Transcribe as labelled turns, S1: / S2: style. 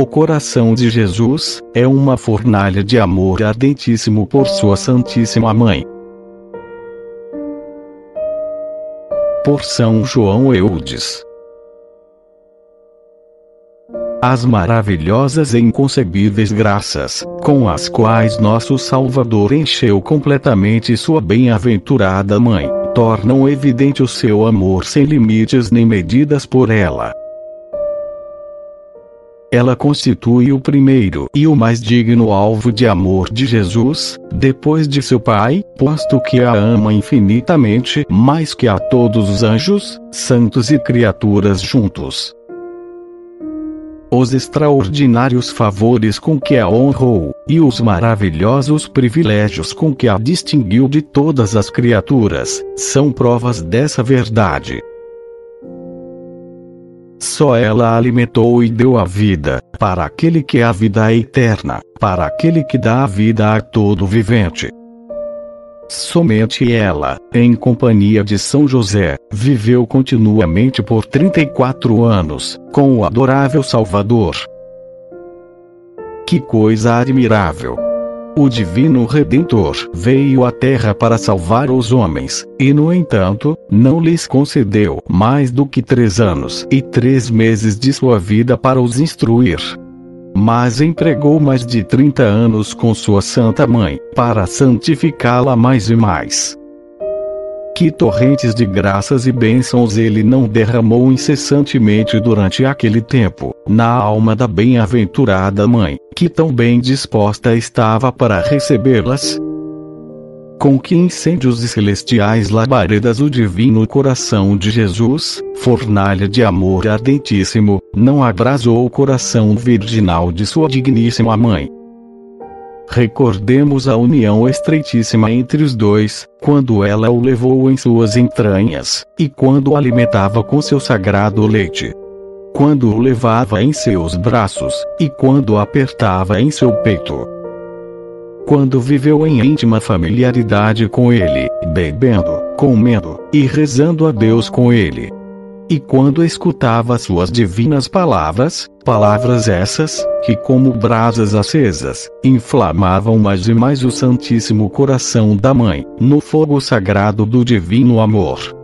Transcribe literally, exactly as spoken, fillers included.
S1: O coração de Jesus é uma fornalha de amor ardentíssimo por sua Santíssima Mãe. Por São João Eudes. As maravilhosas e inconcebíveis graças, com as quais nosso Salvador encheu completamente sua bem-aventurada Mãe, tornam evidente o seu amor sem limites nem medidas por ela. Ela constitui o primeiro e o mais digno alvo de amor de Jesus, depois de seu Pai, posto que a ama infinitamente mais que a todos os anjos, santos e criaturas juntos. Os extraordinários favores com que a honrou, e os maravilhosos privilégios com que a distinguiu de todas as criaturas, são provas dessa verdade. Só ela alimentou e deu a vida, para aquele que é a vida eterna, para aquele que dá a vida a todo vivente. Somente ela, em companhia de São José, viveu continuamente por trinta e quatro anos, com o adorável Salvador. Que coisa admirável! O Divino Redentor veio à Terra para salvar os homens, e no entanto, não lhes concedeu mais do que três anos e três meses de sua vida para os instruir. Mas empregou mais de trinta anos com sua Santa Mãe, para santificá-la mais e mais. Que torrentes de graças e bênçãos ele não derramou incessantemente durante aquele tempo, na alma da bem-aventurada Mãe, que tão bem disposta estava para recebê-las? Com que incêndios celestiais labaredas o divino coração de Jesus, fornalha de amor ardentíssimo, não abrasou o coração virginal de sua digníssima Mãe. Recordemos a união estreitíssima entre os dois, quando ela o levou em suas entranhas, e quando o alimentava com seu sagrado leite. Quando o levava em seus braços, e quando o apertava em seu peito. Quando viveu em íntima familiaridade com ele, bebendo, comendo, e rezando a Deus com ele. E quando escutava suas divinas palavras, palavras essas, que como brasas acesas, inflamavam mais e mais o Santíssimo Coração da Mãe, no fogo sagrado do divino amor.